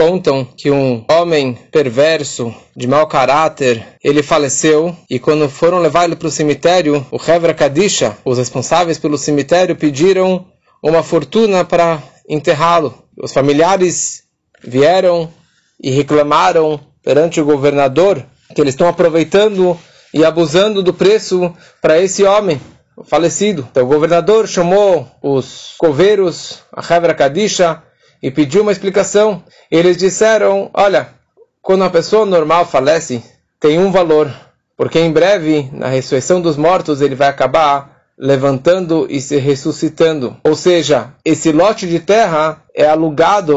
Contam que um homem perverso, de mau caráter, ele faleceu e quando foram levar ele para o cemitério, o Hevra Kadisha, os responsáveis pelo cemitério, pediram uma fortuna para enterrá-lo. Os familiares vieram e reclamaram perante o governador que eles estão aproveitando e abusando do preço para esse homem falecido. Então o governador chamou os coveiros, a Hevra Kadisha, e pediu uma explicação. Eles disseram, olha, quando uma pessoa normal falece, tem um valor, porque em breve, na ressurreição dos mortos, ele vai acabar levantando e se ressuscitando. Ou seja, esse lote de terra é alugado,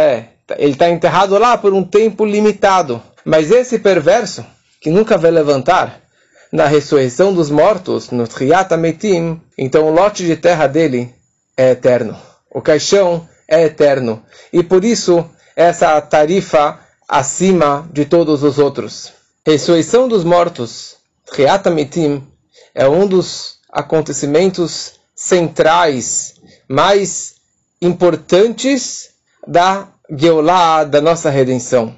ele está enterrado lá por um tempo limitado. Mas esse perverso, que nunca vai levantar, na ressurreição dos mortos, no Tchiyat HaMetim, então o lote de terra dele é eterno. O caixão é eterno. E por isso, essa tarifa acima de todos os outros. Ressurreição dos mortos, Tchiyat HaMetim, é um dos acontecimentos centrais, mais importantes da Geulah, da nossa redenção.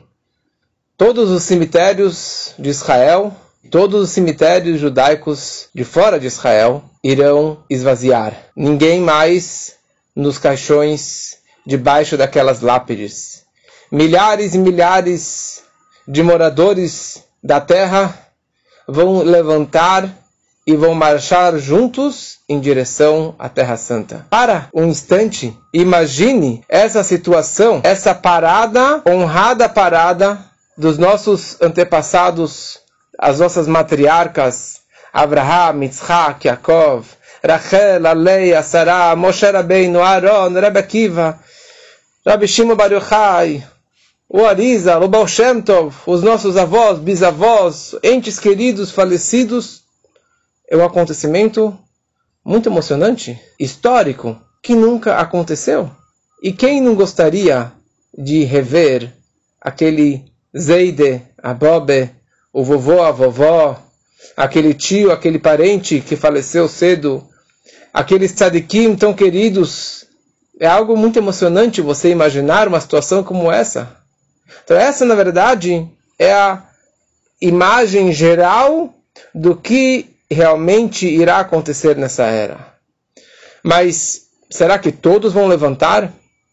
Todos os cemitérios de Israel, todos os cemitérios judaicos de fora de Israel irão esvaziar. Ninguém mais nos caixões debaixo daquelas lápides. Milhares e milhares de moradores da terra vão levantar e vão marchar juntos em direção à Terra Santa. Para um instante, imagine essa situação, essa parada, honrada parada dos nossos antepassados, as nossas matriarcas, Abraham, Yitzhak, Yaakov, Rachel, Leia, Sarah, Moshe Rabbeinu, Aaron, Rebbe Akiva, Rabbi Shimon Bar Yochai, o Arizal, o Baal Shem Tov, os nossos avós, bisavós, entes queridos, falecidos. É um acontecimento muito emocionante, histórico, que nunca aconteceu. E quem não gostaria de rever aquele Zeide, a Bobe, o vovô, a vovó, aquele tio, aquele parente que faleceu cedo, aqueles tzadikim tão queridos? É algo muito emocionante você imaginar uma situação como essa. Então essa, na verdade, é a imagem geral do que realmente irá acontecer nessa era. Mas será que todos vão levantar?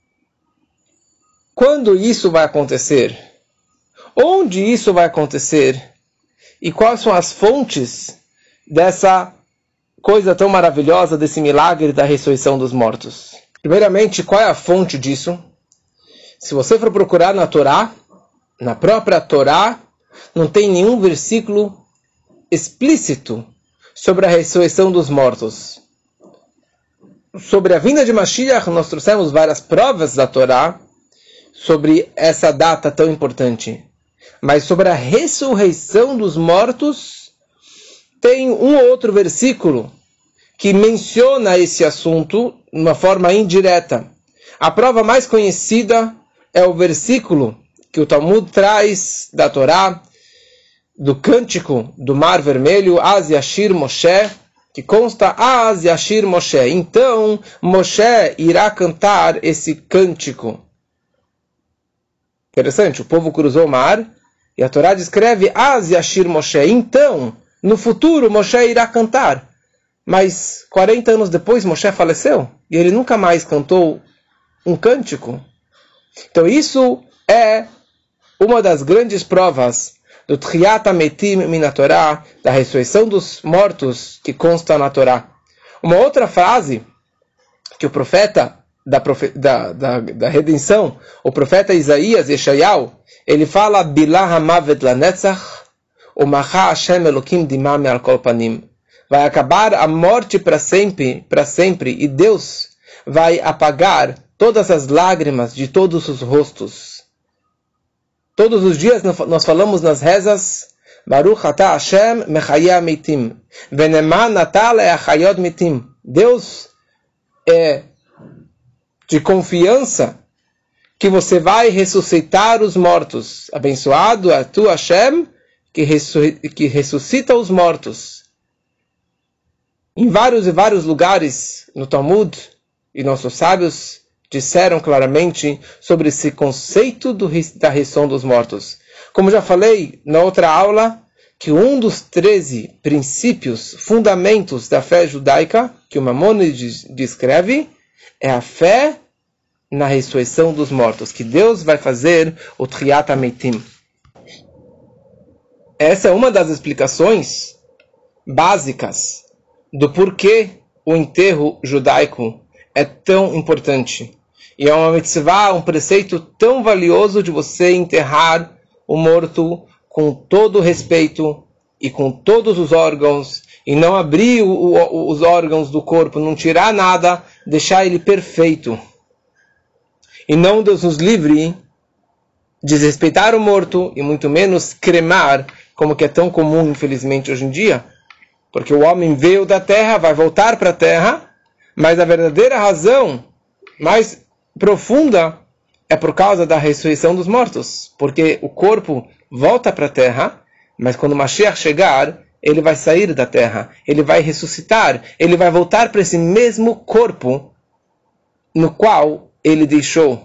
Quando isso vai acontecer? Onde isso vai acontecer? E quais são as fontes dessa coisa tão maravilhosa, desse milagre da ressurreição dos mortos? Primeiramente, qual é a fonte disso? Se você for procurar na Torá, na própria Torá, não tem nenhum versículo explícito sobre a ressurreição dos mortos. Sobre a vinda de Mashiach, nós trouxemos várias provas da Torá sobre essa data tão importante. Mas sobre a ressurreição dos mortos, tem um ou outro versículo que menciona esse assunto de uma forma indireta. A prova mais conhecida é o versículo que o Talmud traz da Torá, do cântico do Mar Vermelho, Az Yashir Moshe, que consta Az Yashir Moshe. Então, Moshe irá cantar esse cântico. Interessante, o povo cruzou o mar e a Torá descreve Az Yashir Moshe. Então, no futuro, Moshe irá cantar. Mas 40 anos depois, Moshe faleceu e ele nunca mais cantou um cântico. Então isso é uma das grandes provas do Tchiyat HaMetim min Torá, da ressurreição dos mortos que consta na Torá. Uma outra frase que o profeta da redenção, o profeta Isaías, Yeshayahu, ele fala Bilah hamavet lanetzach umacha Hashem Elokim dimah me'al kol panim. Vai acabar a morte para sempre, e Deus vai apagar todas as lágrimas de todos os rostos. Todos os dias nós falamos nas rezas Baruch atah Hashem mechayeh mitim veneman atah leachayot mitim. Deus é de confiança que você vai ressuscitar os mortos. Abençoado é tu, Hashem, que ressuscita os mortos. Em vários e vários lugares no Talmud, e nossos sábios disseram claramente sobre esse conceito da ressurreição dos mortos. Como já falei na outra aula, que um dos 13 princípios, fundamentos da fé judaica, que o Maimônides descreve, é a fé na ressurreição dos mortos, que Deus vai fazer o Tchiyat HaMeitim. Essa é uma das explicações básicas do porquê o enterro judaico é tão importante. E é uma mitzvah, um preceito tão valioso de você enterrar o morto com todo o respeito e com todos os órgãos, e não abrir os órgãos do corpo, não tirar nada, deixar ele perfeito. E não Deus nos livre de desrespeitar o morto, e muito menos cremar, como que é tão comum, infelizmente, hoje em dia. Porque o homem veio da terra, vai voltar para a terra, mas a verdadeira razão mais profunda é por causa da ressurreição dos mortos. Porque o corpo volta para a terra, mas quando o Mashiach chegar, ele vai sair da terra, ele vai ressuscitar, ele vai voltar para esse mesmo corpo no qual ele deixou.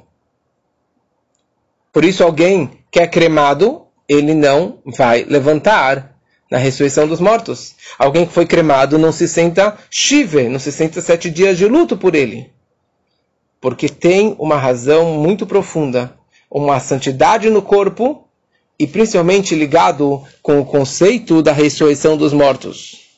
Por isso, alguém que é cremado, ele não vai levantar na ressurreição dos mortos. Alguém que foi cremado não se senta shive, não se senta 7 dias de luto por ele. Porque tem uma razão muito profunda, uma santidade no corpo, e principalmente ligado com o conceito da ressurreição dos mortos.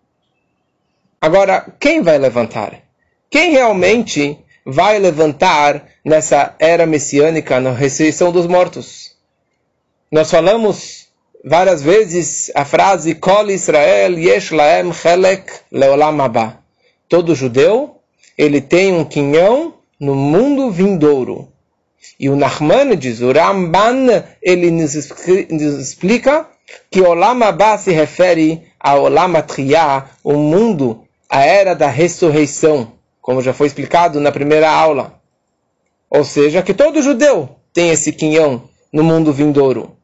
Agora, quem vai levantar? Quem realmente vai levantar nessa era messiânica, na ressurreição dos mortos? Nós falamos várias vezes a frase Kol Israel yesh lahem chelek leolam haba. Todo judeu, ele tem um quinhão no mundo vindouro. E o Nachmanides, o Ramban, ele nos explica que Olam Haba se refere a Olam Atriyah, o mundo, a era da ressurreição, como já foi explicado na primeira aula. Ou seja, que todo judeu tem esse quinhão no mundo vindouro.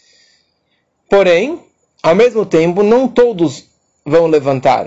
Porém, ao mesmo tempo, não todos vão levantar.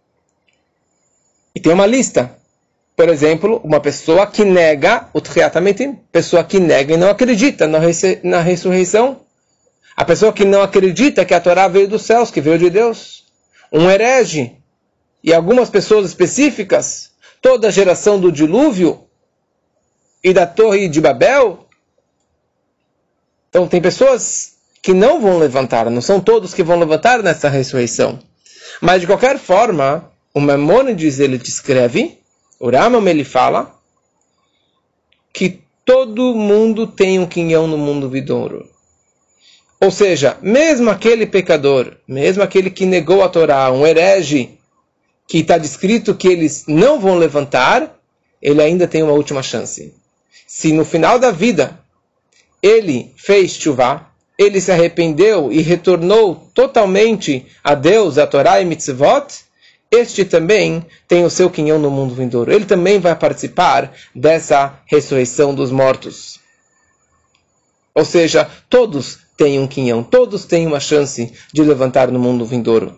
E tem uma lista. Por exemplo, uma pessoa que nega o Tchiyat HaMeitim, pessoa que nega e não acredita na ressurreição. A pessoa que não acredita que a Torá veio dos céus, que veio de Deus. Um herege. E algumas pessoas específicas, toda a geração do dilúvio e da Torre de Babel. Então tem pessoas que não vão levantar, não são todos que vão levantar nessa ressurreição. Mas de qualquer forma, o Maimônides ele descreve, o Rambam ele fala, que todo mundo tem um quinhão no mundo vindouro. Ou seja, mesmo aquele pecador, mesmo aquele que negou a Torá, um herege, que está descrito que eles não vão levantar, ele ainda tem uma última chance. Se no final da vida ele fez tshuvá, ele se arrependeu e retornou totalmente a Deus, a Torá e mitzvot, este também tem o seu quinhão no mundo vindouro. Ele também vai participar dessa ressurreição dos mortos. Ou seja, todos têm um quinhão, todos têm uma chance de levantar no mundo vindouro.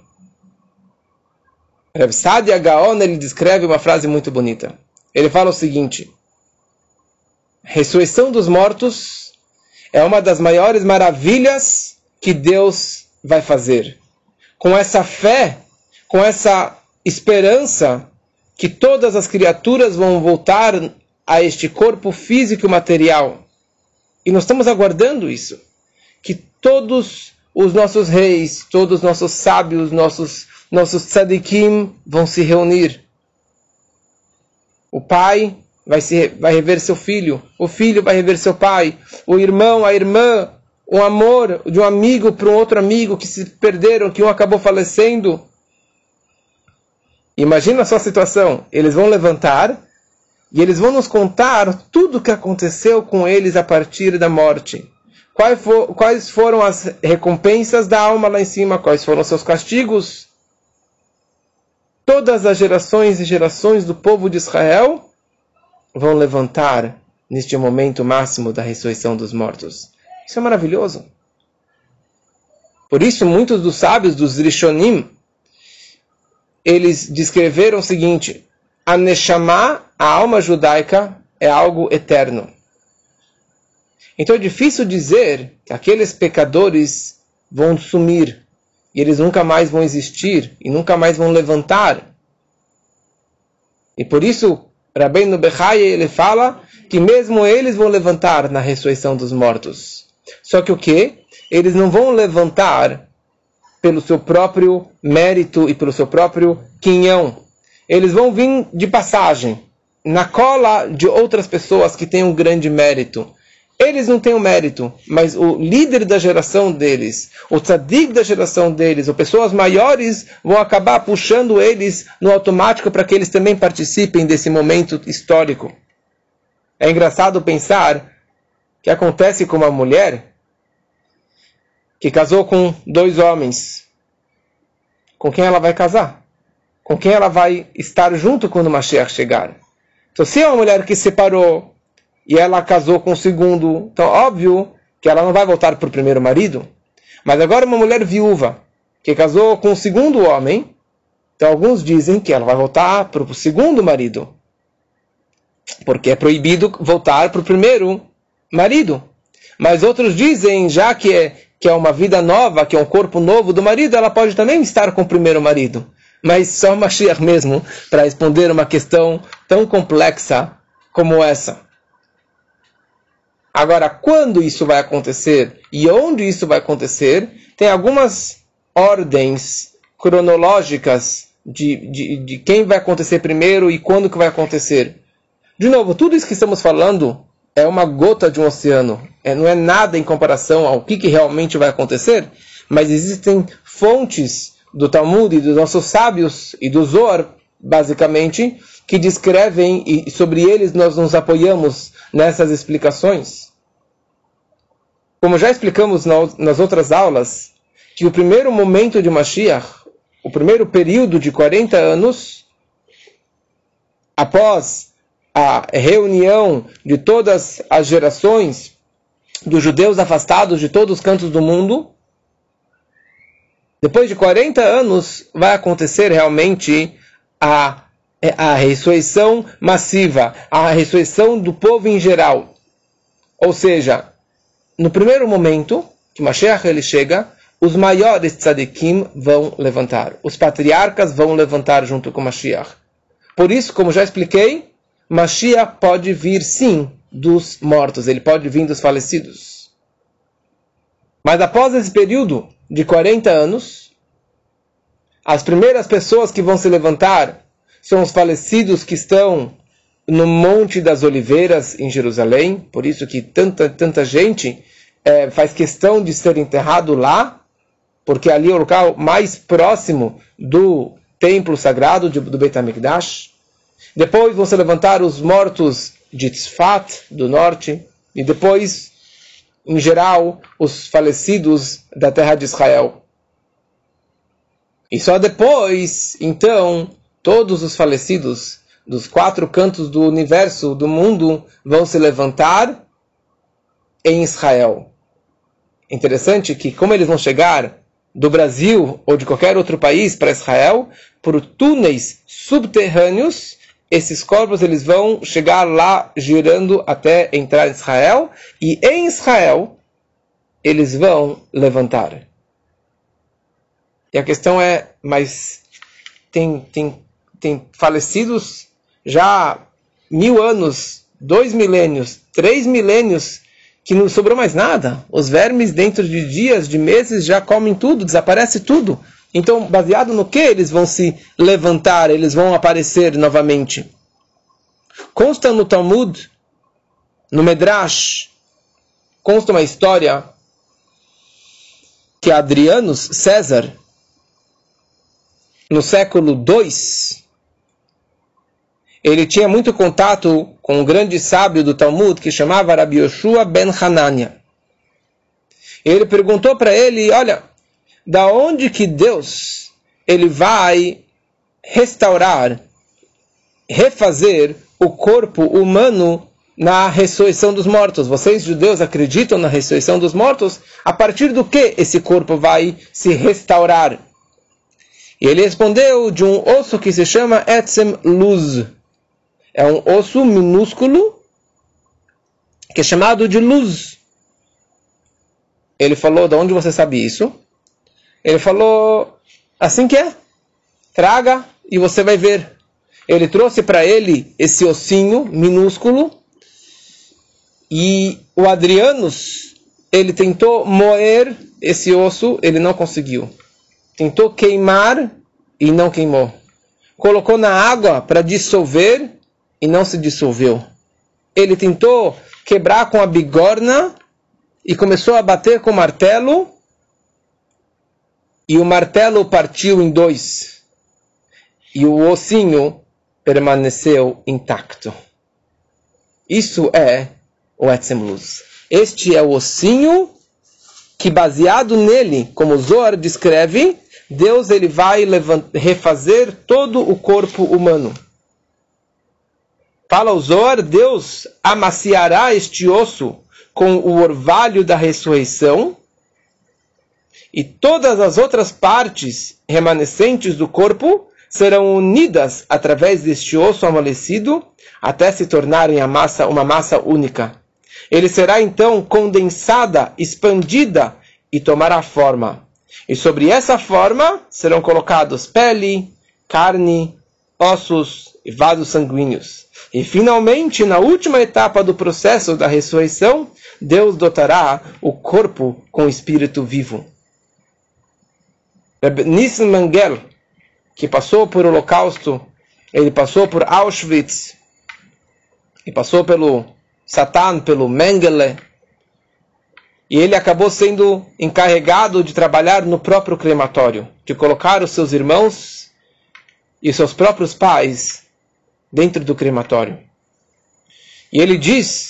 Rav Saadia Gaon ele descreve uma frase muito bonita. Ele fala o seguinte: ressurreição dos mortos é uma das maiores maravilhas que Deus vai fazer. Com essa fé, com essa esperança que todas as criaturas vão voltar a este corpo físico e material. E nós estamos aguardando isso. Que todos os nossos reis, todos os nossos sábios, nossos tzadikim vão se reunir. O pai vai rever seu filho, o filho vai rever seu pai, o irmão, a irmã, o amor de um amigo para um outro amigo que se perderam, que um acabou falecendo. Imagina a sua situação. Eles vão levantar e eles vão nos contar tudo o que aconteceu com eles a partir da morte. Quais foram as recompensas da alma lá em cima? Quais foram os seus castigos? Todas as gerações e gerações do povo de Israel vão levantar neste momento máximo da ressurreição dos mortos. Isso é maravilhoso. Por isso, muitos dos sábios, dos Rishonim, eles descreveram o seguinte: a Neshama, a alma judaica, é algo eterno. Então é difícil dizer que aqueles pecadores vão sumir, e eles nunca mais vão existir, e nunca mais vão levantar. E por isso, Rabbeinu Bechai, ele fala que mesmo eles vão levantar na ressurreição dos mortos. Só que o quê? Eles não vão levantar pelo seu próprio mérito e pelo seu próprio quinhão. Eles vão vir de passagem, na cola de outras pessoas que têm um grande mérito. Eles não têm o mérito, mas o líder da geração deles, o tzadik da geração deles, ou pessoas maiores, vão acabar puxando eles no automático para que eles também participem desse momento histórico. É engraçado pensar que acontece com uma mulher que casou com 2 homens. Com quem ela vai casar? Com quem ela vai estar junto quando o Mashiach chegar? Então, se é uma mulher que separou e ela casou com o segundo, então óbvio que ela não vai voltar para o primeiro marido. Mas agora uma mulher viúva que casou com o segundo homem, então alguns dizem que ela vai voltar para o segundo marido, porque é proibido voltar para o primeiro marido. Mas outros dizem, já que é uma vida nova, que é um corpo novo do marido, ela pode também estar com o primeiro marido. Mas só o Mashiach mesmo para responder uma questão tão complexa como essa. Agora, quando isso vai acontecer e onde isso vai acontecer, tem algumas ordens cronológicas de quem vai acontecer primeiro e quando que vai acontecer. De novo, tudo isso que estamos falando é uma gota de um oceano. Não é nada em comparação ao que realmente vai acontecer, mas existem fontes do Talmud e dos nossos sábios e do Zohar, basicamente, que descrevem e sobre eles nós nos apoiamos nessas explicações. Como já explicamos nas outras aulas, que o primeiro momento de Mashiach, o primeiro período de 40 anos, após a reunião de todas as gerações dos judeus afastados de todos os cantos do mundo, depois de 40 anos vai acontecer realmente a ressurreição massiva, a ressurreição do povo em geral. Ou seja, no primeiro momento que Mashiach ele chega, os maiores tzadikim vão levantar. Os patriarcas vão levantar junto com Mashiach. Por isso, como já expliquei, Mashiach pode vir sim dos mortos, ele pode vir dos falecidos. Mas após esse período de 40 anos, as primeiras pessoas que vão se levantar são os falecidos que estão no Monte das Oliveiras, em Jerusalém. Por isso que tanta gente faz questão de ser enterrado lá, porque ali é o local mais próximo do templo sagrado do Beit HaMikdash. Depois vão se levantar os mortos de Tzfat, do norte, e depois, em geral, os falecidos da terra de Israel. E só depois, então, todos os falecidos dos 4 cantos do universo, do mundo, vão se levantar em Israel. Interessante que, como eles vão chegar do Brasil ou de qualquer outro país para Israel, por túneis subterrâneos, esses corpos eles vão chegar lá girando até entrar em Israel, e em Israel eles vão levantar. E a questão é, mas tem falecidos já 1000 anos, 2 milênios, 3 milênios, que não sobrou mais nada. Os vermes dentro de dias, de meses, já comem tudo, desaparece tudo. Então, baseado no que eles vão se levantar, eles vão aparecer novamente? Consta no Talmud, no Medrash, consta uma história que Adrianus César, no século II, ele tinha muito contato com um grande sábio do Talmud que chamava Rabi Yoshua ben Hanania. Ele perguntou para ele, olha, da onde que Deus ele vai restaurar, refazer o corpo humano na ressurreição dos mortos? Vocês, judeus, acreditam na ressurreição dos mortos? A partir do que esse corpo vai se restaurar? E ele respondeu de um osso que se chama Etzem Luz. É um osso minúsculo que é chamado de luz. Ele falou, de onde você sabe isso? Ele falou, assim que é. Traga e você vai ver. Ele trouxe para ele esse ossinho minúsculo. E o Adrianus, ele tentou moer esse osso, ele não conseguiu. Tentou queimar e não queimou. Colocou na água para dissolver e não se dissolveu. Ele tentou quebrar com a bigorna e começou a bater com o martelo. E o martelo partiu em 2. E o ossinho permaneceu intacto. Isso é o Etzem Luz. Este é o ossinho que, baseado nele, como Zohar descreve, Deus ele vai refazer todo o corpo humano. Fala o Zohar, Deus amaciará este osso com o orvalho da ressurreição, e todas as outras partes remanescentes do corpo serão unidas através deste osso amolecido até se tornarem uma massa única. Ele será então condensada, expandida e tomará forma. E sobre essa forma serão colocados pele, carne, ossos e vasos sanguíneos. E finalmente, na última etapa do processo da ressurreição, Deus dotará o corpo com o espírito vivo. Nissim Mengel, que passou por Holocausto, ele passou por Auschwitz, e passou pelo Satan, pelo Mengele, e ele acabou sendo encarregado de trabalhar no próprio crematório, de colocar os seus irmãos e os seus próprios pais dentro do crematório. E ele diz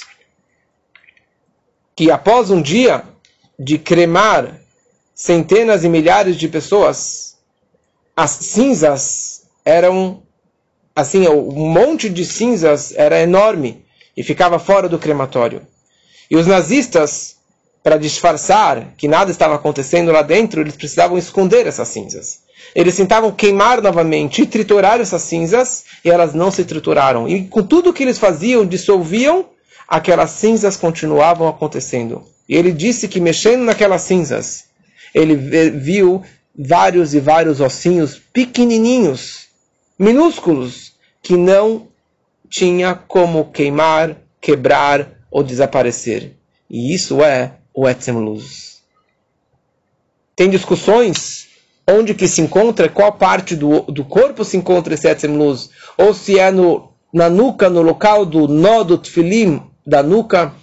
que após um dia de cremar centenas e milhares de pessoas, as cinzas eram, assim, um monte de cinzas era enorme e ficava fora do crematório. E os nazistas, para disfarçar que nada estava acontecendo lá dentro, eles precisavam esconder essas cinzas. Eles tentavam queimar novamente e triturar essas cinzas, e elas não se trituraram. E com tudo que eles faziam, dissolviam, aquelas cinzas continuavam acontecendo. E ele disse que mexendo naquelas cinzas, ele viu vários e vários ossinhos pequenininhos, minúsculos, que não tinha como queimar, quebrar ou desaparecer. E isso é o Etzem Luz. Tem discussões onde que se encontra, qual parte do corpo se encontra esse Etzem Luz, ou se é na nuca, no local do nó do tefilim da nuca,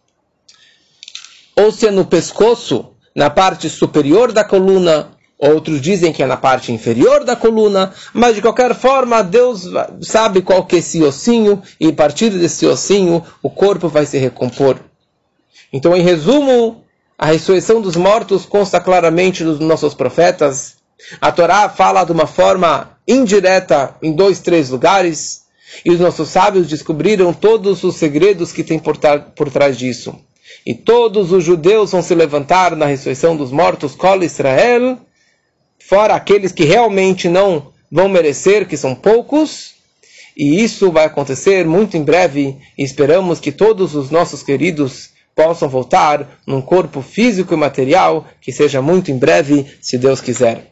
ou se é no pescoço, na parte superior da coluna. Outros dizem que é na parte inferior da coluna, mas de qualquer forma Deus sabe qual que é esse ossinho, e a partir desse ossinho o corpo vai se recompor. Então, em resumo, a ressurreição dos mortos consta claramente dos nossos profetas. A Torá fala de uma forma indireta em 2, 3 lugares, e os nossos sábios descobriram todos os segredos que tem por trás disso. E todos os judeus vão se levantar na ressurreição dos mortos, Kol Israel, fora aqueles que realmente não vão merecer, que são poucos, e isso vai acontecer muito em breve, e esperamos que todos os nossos queridos possam voltar num corpo físico e material, que seja muito em breve, se Deus quiser.